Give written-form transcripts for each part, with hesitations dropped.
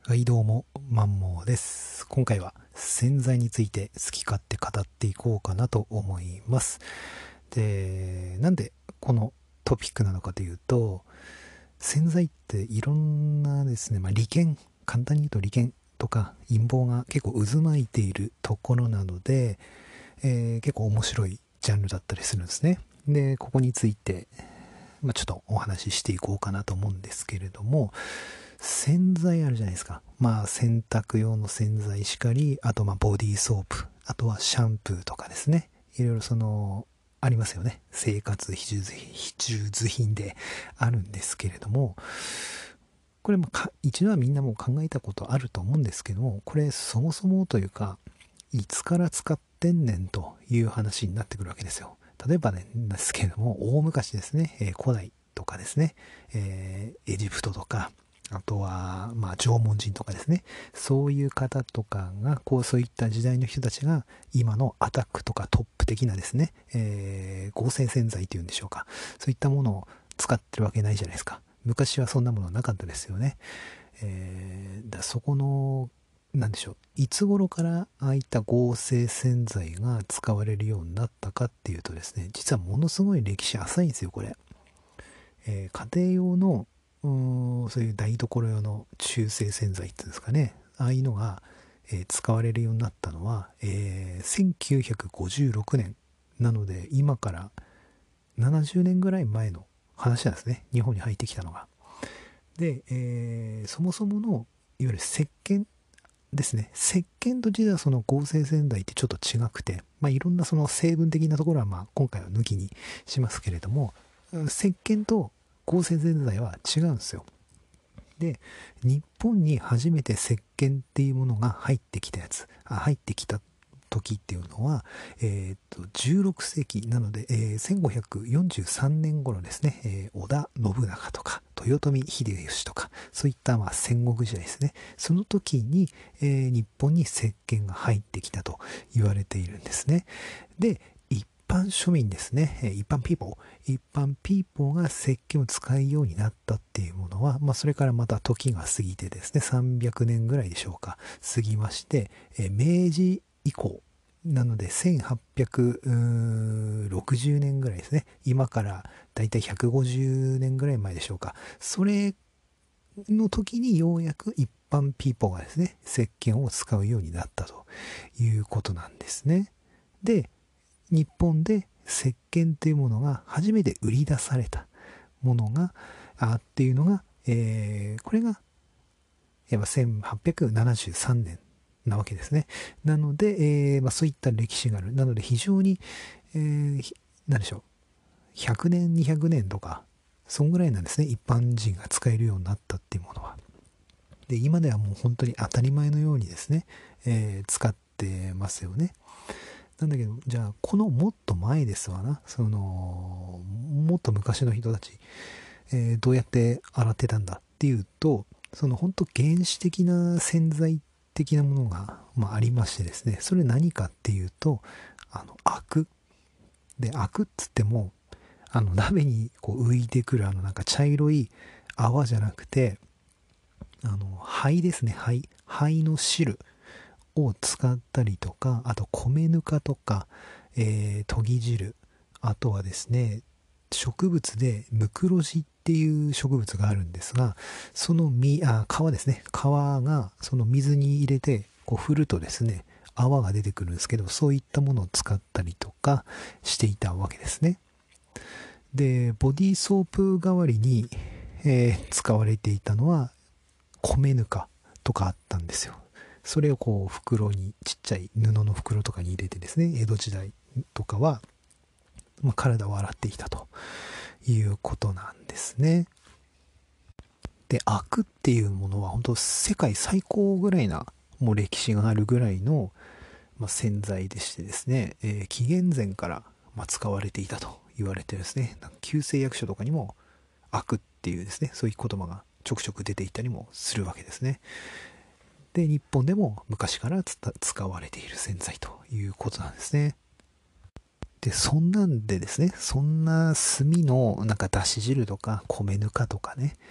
はい、どうも、マンモーです。今回は洗剤について好き勝手語っていこうかなと思います。で、なんでこのトピックなのかというと、洗剤っていろんなですね、利権、簡単に言うと利権とか陰謀が結構渦巻いているところなので、結構面白いジャンルだったりするんですね。で、ここについて、ちょっとお話ししていこうかなと思うんですけれども、洗剤あるじゃないですか。洗濯用の洗剤しかり、あとボディーソープ、あとはシャンプーとかですね。いろいろありますよね。生活必需品であるんですけれども、これ一度はみんなもう考えたことあると思うんですけども、これそもそもというか、いつから使ってんねんという話になってくるわけですよ。例えばね、ですけれども、大昔ですね、古代とかですね、エジプトとか、あとは、縄文人とかですね、そういう方とかが、そういった時代の人たちが、今のアタックとかトップ的なですね、合成洗剤というんでしょうか、そういったものを使ってるわけないじゃないですか。昔はそんなものなかったですよね。そこの、なんでしょう、いつ頃からああいった合成洗剤が使われるようになったかっていうとですね、実はものすごい歴史浅いんですよ、これ。家庭用の、そういう台所用の中性洗剤っていうんですかね、ああいうのが、使われるようになったのは、1956年なので、今から70年ぐらい前の話なんですね、日本に入ってきたのが。で、そもそものいわゆる石鹸ですね。石鹸と実はその合成洗剤ってちょっと違くて、いろんなその成分的なところは今回は抜きにしますけれども、石鹸と合成洗剤は違うんですよ。で、日本に初めて石鹸っていうものが入ってきた時っていうのは、16世紀なので、1543年頃ですね、織田信長とか豊臣秀吉とか、そういった戦国時代ですね。その時に、日本に石鹸が入ってきたと言われているんですね。で、一般庶民ですね、一般ピーポーが石鹸を使うようになったっていうものは、それからまた時が過ぎてですね、300年ぐらいでしょうか、過ぎまして、明治以降、なので1860年ぐらいですね、今からだいたい150年ぐらい前でしょうか、それの時にようやく一般ピーポーがですね、石鹸を使うようになったということなんですね。で、日本で石鹸というものが初めて売り出されたものがっていうのが、これがやっぱ1873年なわけですね。なので、そういった歴史がある。なので非常に、何でしょう、100年、200年とか、そんぐらいなんですね。一般人が使えるようになったっていうものは。で、今ではもう本当に当たり前のようにですね、使ってますよね。なんだけど、じゃあ、このもっと前ですわな。もっと昔の人たち、どうやって洗ってたんだっていうと、本当原始的な洗剤的なものが、ありましてですね、それ何かっていうと、アク。で、アクっつっても、鍋に浮いてくるなんか茶色い泡じゃなくて、灰ですね、灰の汁を使ったりとか、あと米ぬかとか、研ぎ汁、あとはですね、植物でムクロジっていう植物があるんですが、その皮ですね、皮がその水に入れて振るとですね、泡が出てくるんですけど、そういったものを使ったりとかしていたわけですね。で、ボディーソープ代わりに、使われていたのは米ぬかとかあったんですよ。それを袋に、ちっちゃい布の袋とかに入れてですね、江戸時代とかは、体を洗っていたということなんですね。で、アクっていうものは本当世界最高ぐらいなもう歴史があるぐらいの、洗剤でしてですね、紀元前から、使われていたと言われてですね、旧誓約書とかにもアクっていうですね、そういう言葉がちょくちょく出ていたりもするわけですね。で、日本でも昔から使われている洗剤ということなんですね。で、そんなんでですね、そんな炭のなんかだし汁とか米ぬかとかね、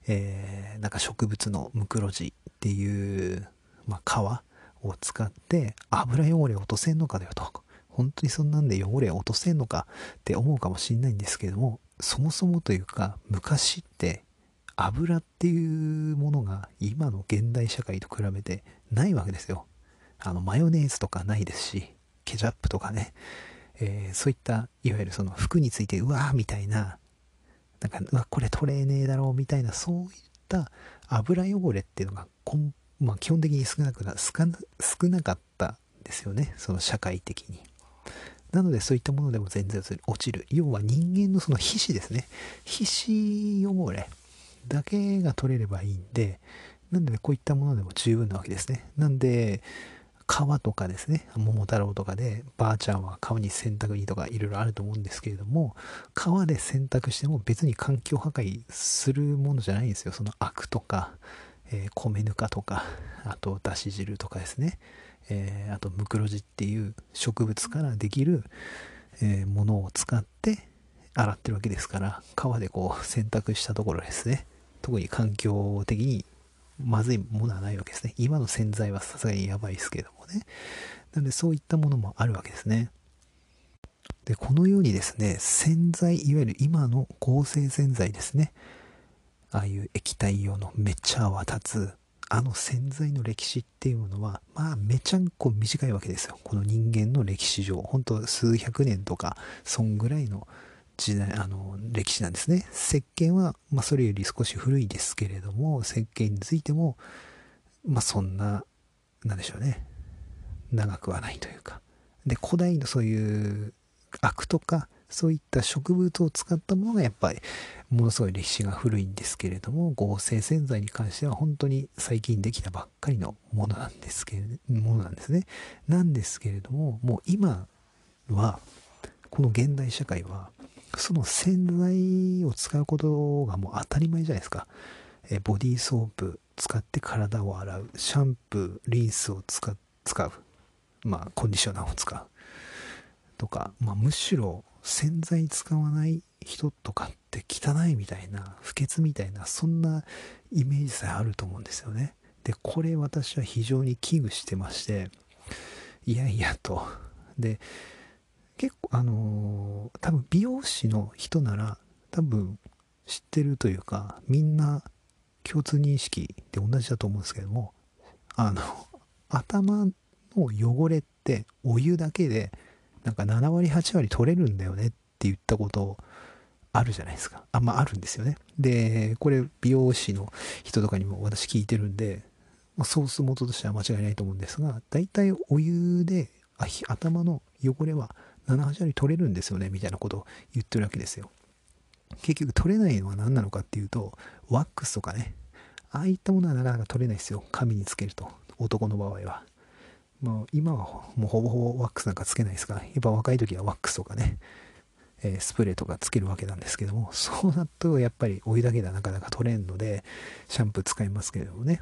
なんか植物のムクロジっていう、皮を使って油汚れを落とせんのかだよと。本当にそんなんで汚れを落とせんのかって思うかもしれないんですけども、そもそもというか昔って油っていうものが今の現代社会と比べてないわけですよ。マヨネーズとかないですし、ケチャップとかね、そういったいわゆるその服についてうわーみたいな、なんかうわこれ取れねえだろうみたいな、そういった油汚れっていうのが基本的に少なかったんですよね、その社会的に。なのでそういったものでも全然落ちる。要は人間のその皮脂ですね。皮脂汚れだけが取れればいいんで、なんで、こういったものでも十分なわけですね。なんで、皮とかですね、桃太郎とかで、ばあちゃんは皮に洗濯にとかいろいろあると思うんですけれども、皮で洗濯しても別に環境破壊するものじゃないんですよ。そのアクとか、米ぬかとか、あとだし汁とかですね、あとムクロジっていう植物からできる、ものを使って洗ってるわけですから、皮でこう洗濯したところですね、特に環境的にまずいものはないわけですね。今の洗剤はさすがにやばいですけれどもね。なのでそういったものもあるわけですね。で、このようにですね、洗剤、いわゆる今の合成洗剤ですね。ああいう液体用のめっちゃ泡立つ、洗剤の歴史っていうものは、めちゃんこ短いわけですよ。この人間の歴史上、本当数百年とか、そんぐらいの時代、歴史なんですね。石鹸は、それより少し古いですけれども、石鹸についても、そんな、なんでしょうね、長くはないというか。で、古代のそういうアクとか、そういった植物を使ったものがやっぱりものすごい歴史が古いんですけれども、合成洗剤に関しては本当に最近できたばっかりのものなんですね。なんですけれども、もう今は、この現代社会は、その洗剤を使うことがもう当たり前じゃないですか。ボディーソープ使って体を洗う。シャンプー、リンスを使う。コンディショナーを使う。とか、むしろ洗剤使わない人とかって汚いみたいな、不潔みたいな、そんなイメージさえあると思うんですよね。で、これ私は非常に危惧してまして、いやいやと。で、結構多分美容師の人なら多分知ってるというか、みんな共通認識で同じだと思うんですけども、頭の汚れってお湯だけでなんか7割8割取れるんだよねって言ったことあるじゃないですか。あるんですよね。で、これ美容師の人とかにも私聞いてるんで、ソース元としては間違いないと思うんですが、だいたいお湯で頭の汚れは7、8割取れるんですよねみたいなことを言ってるわけですよ。結局取れないのは何なのかっていうと、ワックスとかね、ああいったものはなかなか取れないですよ。髪につけると。男の場合は。今はもうほぼほぼワックスなんかつけないですが、やっぱ若い時はワックスとかね、スプレーとかつけるわけなんですけども、そうなるとやっぱりお湯だけではなかなか取れんので、シャンプー使いますけれどもね。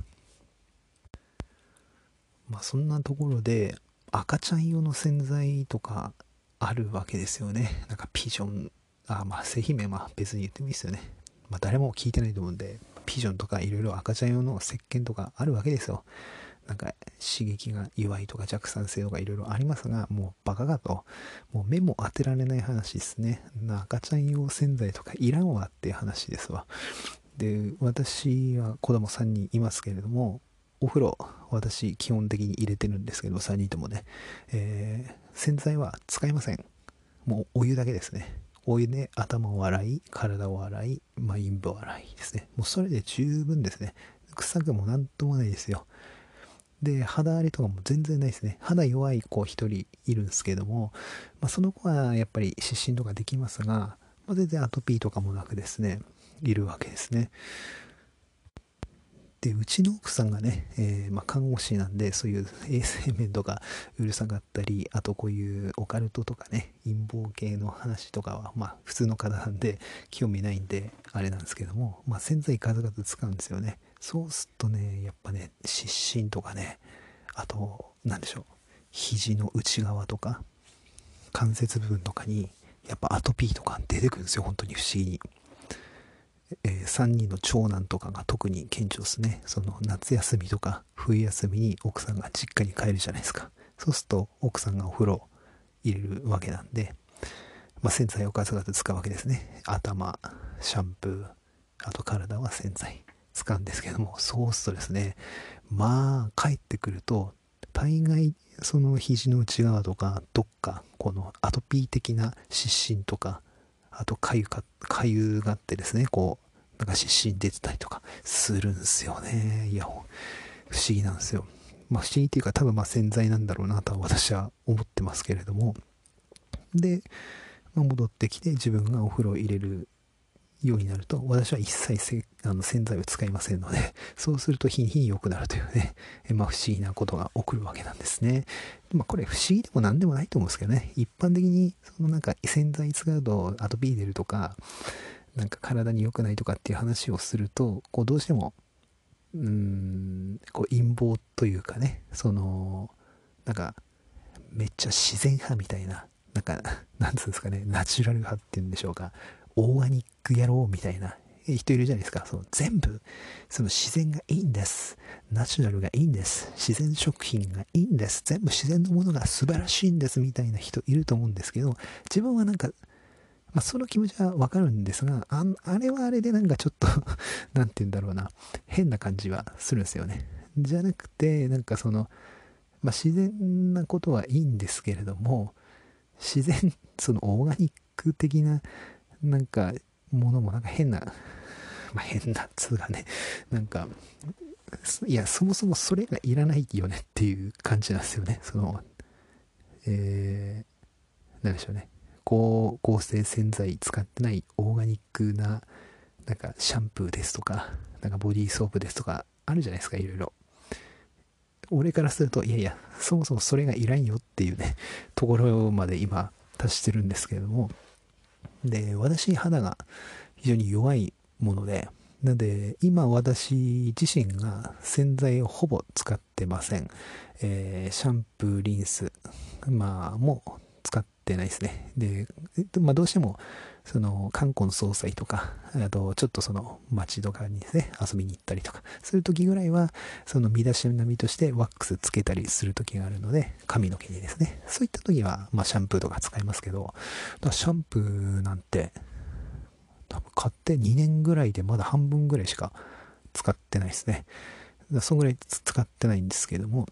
そんなところで、赤ちゃん用の洗剤とかあるわけですよね。なんかピジョン、製品名は別に言ってもいいですよね。誰も聞いてないと思うんで、ピジョンとかいろいろ赤ちゃん用の石鹸とかあるわけですよ。なんか刺激が弱いとか弱酸性とかいろいろありますが、もうバカかと。もう目も当てられない話ですね。赤ちゃん用洗剤とかいらんわっていう話ですわ。で、私は子供3人いますけれども、お風呂、私基本的に入れてるんですけど、3人ともね、洗剤は使いません。もうお湯だけですね。お湯で頭を洗い、体を洗い、陰部を洗いですね。もうそれで十分ですね。臭くもなんともないですよ。で、肌荒れとかも全然ないですね。肌弱い子一人いるんですけども、その子はやっぱり湿疹とかできますが、全然アトピーとかもなくですね、いるわけですね。で、うちの奥さんがね、看護師なんで、そういう衛生面とかうるさかったり、あとこういうオカルトとかね、陰謀系の話とかは、普通の方なんで、興味ないんで、あれなんですけども、洗剤数々使うんですよね。そうするとね、やっぱね、湿疹とかね、あと、なんでしょう、肘の内側とか、関節部分とかに、やっぱアトピーとか出てくるんですよ、本当に不思議に。 3人の長男とかが特に顕著ですね。その夏休みとか冬休みに奥さんが実家に帰るじゃないですか。そうすると奥さんがお風呂入れるわけなんで、洗剤をガツガツ使うわけですね。頭、シャンプー、あと体は洗剤使うんですけども、そうするとですね、帰ってくると大概その肘の内側とかどっかこのアトピー的な湿疹とか、あとかゆがあってですね、なんか湿疹出てたりとかするんですよね。いや、不思議なんですよ。不思議っていうか多分洗剤なんだろうなとは私は思ってますけれども。で、戻ってきて自分がお風呂を入れるようになると、私は一切洗剤を使いませんので、そうすると日に日に良くなるというね、不思議なことが起こるわけなんですね。これ不思議でも何でもないと思うんですけどね、一般的にそのなんか洗剤使うとアトピー出るとか、なんか体に良くないとかっていう話をすると、どうしても陰謀というかね、なんかめっちゃ自然派みたいな、なんかなんつうんですかね、ナチュラル派っていうんでしょうか、オーガニック野郎みたいな人いるじゃないですか。全部その自然がいいんです、ナチュラルがいいんです、自然食品がいいんです、全部自然のものが素晴らしいんですみたいな人いると思うんですけど、自分はなんかその気持ちはわかるんですが、あれはあれでなんかちょっとなんて言うんだろうな、変な感じはするんですよね。じゃなくて、なんか自然なことはいいんですけれども、自然、そのオーガニック的ななんかものもなんか変なっつうかね、なんか、いや、そもそもそれがいらないよねっていう感じなんですよね。なんでしょうね。合成洗剤使ってないオーガニックな、なんかシャンプーですとか、なんかボディーソープですとか、あるじゃないですか、いろいろ。俺からすると、いやいや、そもそもそれがいらんよっていうね、ところまで今、達してるんですけれども、で、私、肌が非常に弱いもので、なんで、今私自身が洗剤をほぼ使ってません。シャンプー、リンス、もう使ってないですね。で、どうしても、冠婚葬祭とか、あと、ちょっと街とかにですね、遊びに行ったりとか、そういう時ぐらいは、身だしなみとしてワックスつけたりする時があるので、髪の毛にですね、そういった時は、シャンプーとか使いますけど、シャンプーなんて、多分買って2年ぐらいでまだ半分ぐらいしか使ってないですね。そんぐらい使ってないんですけども、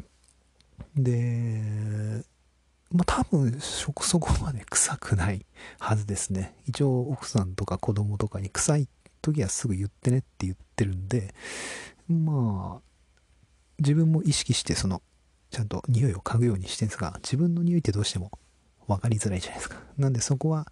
で、多分そこまで臭くないはずですね。一応奥さんとか子供とかに臭い時はすぐ言ってねって言ってるんで、自分も意識してちゃんと匂いを嗅ぐようにしてるんですが、自分の匂いってどうしても分かりづらいじゃないですか。なんでそこは、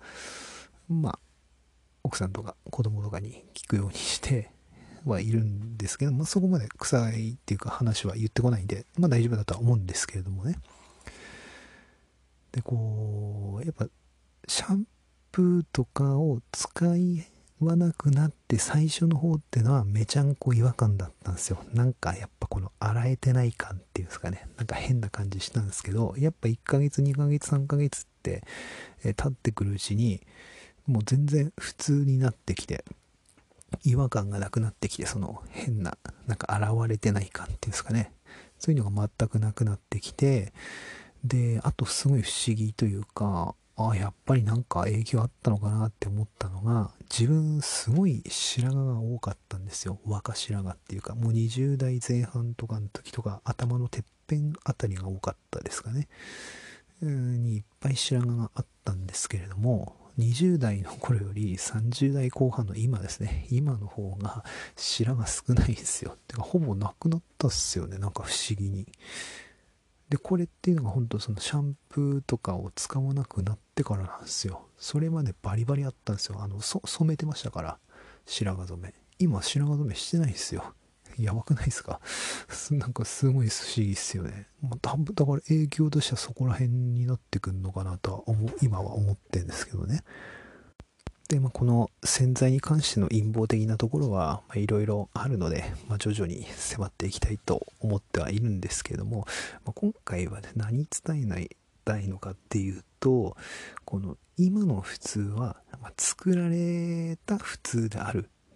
奥さんとか子供とかに聞くようにしてはいるんですけど、そこまで臭いっていうか話は言ってこないんで、大丈夫だとは思うんですけれどもね。で、やっぱシャンプーとかを使わなくなって最初の方ってのはめちゃんこ違和感だったんですよ。なんかやっぱ洗えてない感っていうんですかね。なんか変な感じしたんですけど、やっぱ1ヶ月、2ヶ月、3ヶ月って、経ってくるうちに、もう全然普通になってきて、違和感がなくなってきて、変な、なんか現れてない感っていうんですかね。そういうのが全くなくなってきて、で、あとすごい不思議というか、やっぱりなんか影響あったのかなって思ったのが、自分すごい白髪が多かったんですよ。若白髪っていうか、もう20代前半とかの時とか、頭のてっぺんあたりが多かったですかね。にいっぱい白髪があったんですけれども、20代の頃より30代後半の今ですね、今の方が白髪少ないんですよ。てかほぼなくなったっすよね、なんか不思議に。で、これっていうのが本当シャンプーとかを使わなくなってからなんですよ。それまでバリバリあったんですよ。染めてましたから、白髪染め。今白髪染めしてないんですよ。やばくないですか？なんかすごい不思議っすよね。多分だから影響としてはそこら辺になってくるのかなとは今は思ってるんですけどね。で、この洗剤に関しての陰謀的なところはいろいろあるので、徐々に迫っていきたいと思ってはいるんですけども、今回は、ね、何伝えたいのかっていうと、この今の普通は、作られた普通であるっ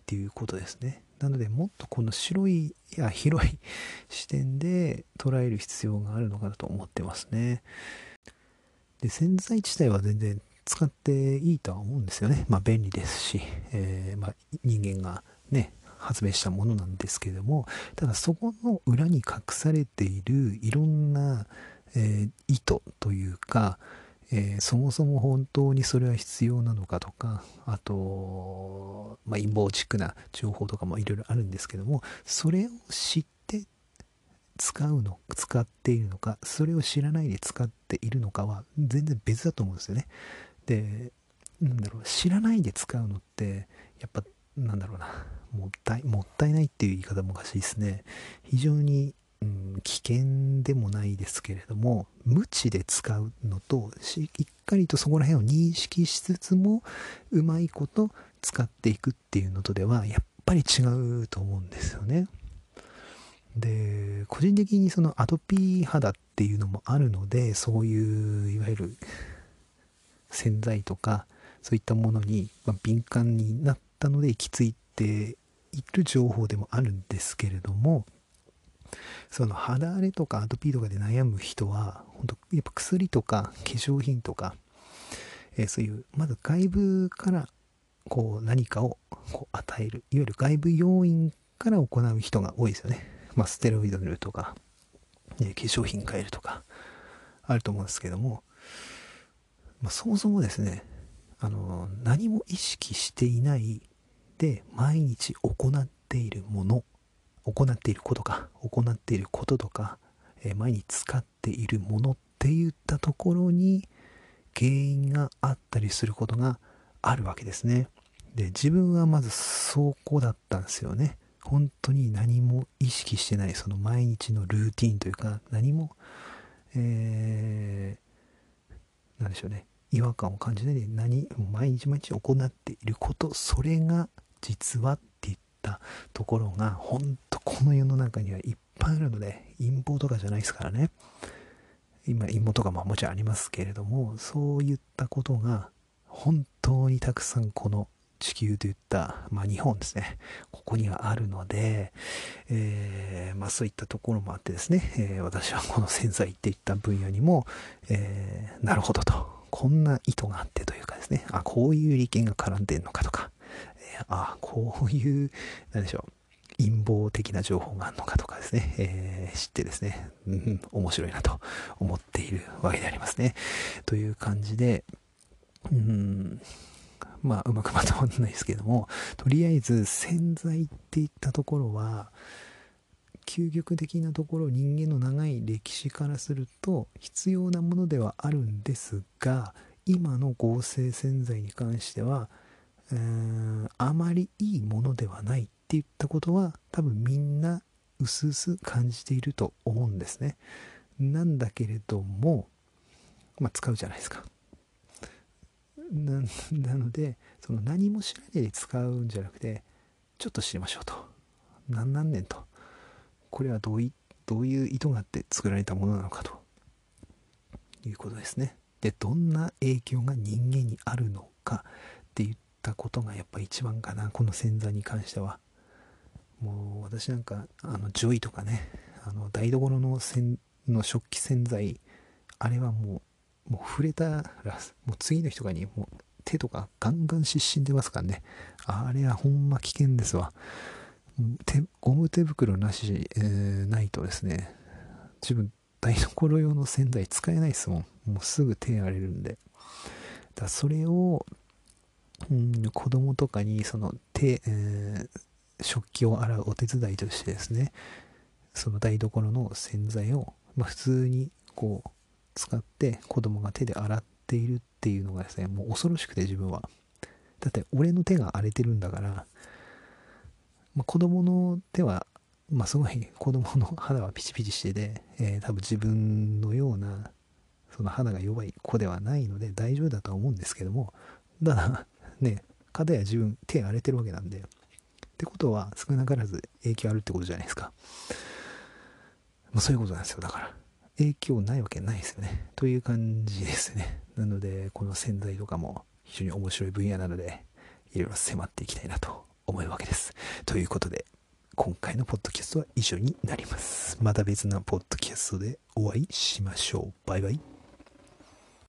っていうことですね。なのでもっとこの白いや広い視点で捉える必要があるのかなと思ってますね。で、洗剤自体は全然使っていいとは思うんですよね。便利ですし、人間がね発明したものなんですけれども、ただそこの裏に隠されているいろんな、意図というか、そもそも本当にそれは必要なのかとか、あと、陰謀チックな情報とかもいろいろあるんですけども、それを知って使っているのか、それを知らないで使っているのかは全然別だと思うんですよね。で、知らないで使うのって、やっぱ、もったいないっていう言い方もおかしいですね。非常に、危険でもないですけれども、無知で使うのと、しっかりとそこら辺を認識しつつも、うまいこと使っていくっていうのとでは、やっぱり違うと思うんですよね。で、個人的にそのアトピー肌っていうのもあるので、そういう、いわゆる洗剤とか、そういったものに、敏感になったので行き着いている情報でもあるんですけれども、その肌荒れとかアトピーとかで悩む人は、本当やっぱ薬とか化粧品とか、そういう、まず外部からこう何かをこう与える、いわゆる外部要因から行う人が多いですよね。ステロイド塗るとか、化粧品変えるとか、あると思うんですけども、そもそもですね、何も意識していないで毎日行っているもの、行っていることか、行っていることとか、毎日使っているものっていったところに原因があったりすることがあるわけですね。で、自分はまずそこだったんですよね。本当に何も意識してない、その毎日のルーティンというか、何も、なんでしょうね、違和感を感じないで毎日毎日行っていること、それが実はっていったところが本当この世の中にはいっぱいあるので、陰謀とかじゃないですからね。今陰謀とかももちろんありますけれども、そういったことが本当にたくさんこの地球といった、日本ですね、ここにはあるので、そういったところもあってですね、私はこの洗剤っていった分野にも、なるほどと、こんな意図があってというかですね、こういう利権が絡んでんのかとか、こういう、なんでしょう、陰謀的な情報があるのかとかですね、知ってですね、面白いなと思っているわけでありますね。という感じで、うまくまとまらないですけども、とりあえず洗剤っていったところは、究極的なところ、人間の長い歴史からすると必要なものではあるんですが、今の合成洗剤に関しては、あまりいいものではないっていったことは多分みんな薄々感じていると思うんですね。なんだけれども、使うじゃないですか。なので、その何も知らないで使うんじゃなくて、ちょっと知りましょうと。何年と。これはどういう意図があって作られたものなのかということですね。で、どんな影響が人間にあるのかっていったことがやっぱ一番かな、この洗剤に関しては。もう私なんか、ジョイとかね、台所の食器洗剤、あれはもう触れたら、もう次の日とかにもう手とかガンガン湿疹出ますからね。あれはほんま危険ですわ。ゴム手袋なし、ないとですね、自分台所用の洗剤使えないですもん。もうすぐ手荒れるんで。それを、子供とかにその食器を洗うお手伝いとしてですね、その台所の洗剤を、普通にこう使って子供が手で洗っているっていうのがですね、もう恐ろしくて自分は。だって俺の手が荒れてるんだから、子供の手は、すごい子供の肌はピチピチしてて、多分自分のようなその肌が弱い子ではないので大丈夫だとは思うんですけども、ただね、片や自分手荒れてるわけなんで、ってことは少なからず影響あるってことじゃないですか。そういうことなんですよ。だから影響ないわけないですよね、という感じですね。なのでこの洗剤とかも非常に面白い分野なので、いろいろ迫っていきたいなと思うわけです。ということで、今回のポッドキャストは以上になります。また別なポッドキャストでお会いしましょう。バイバイ。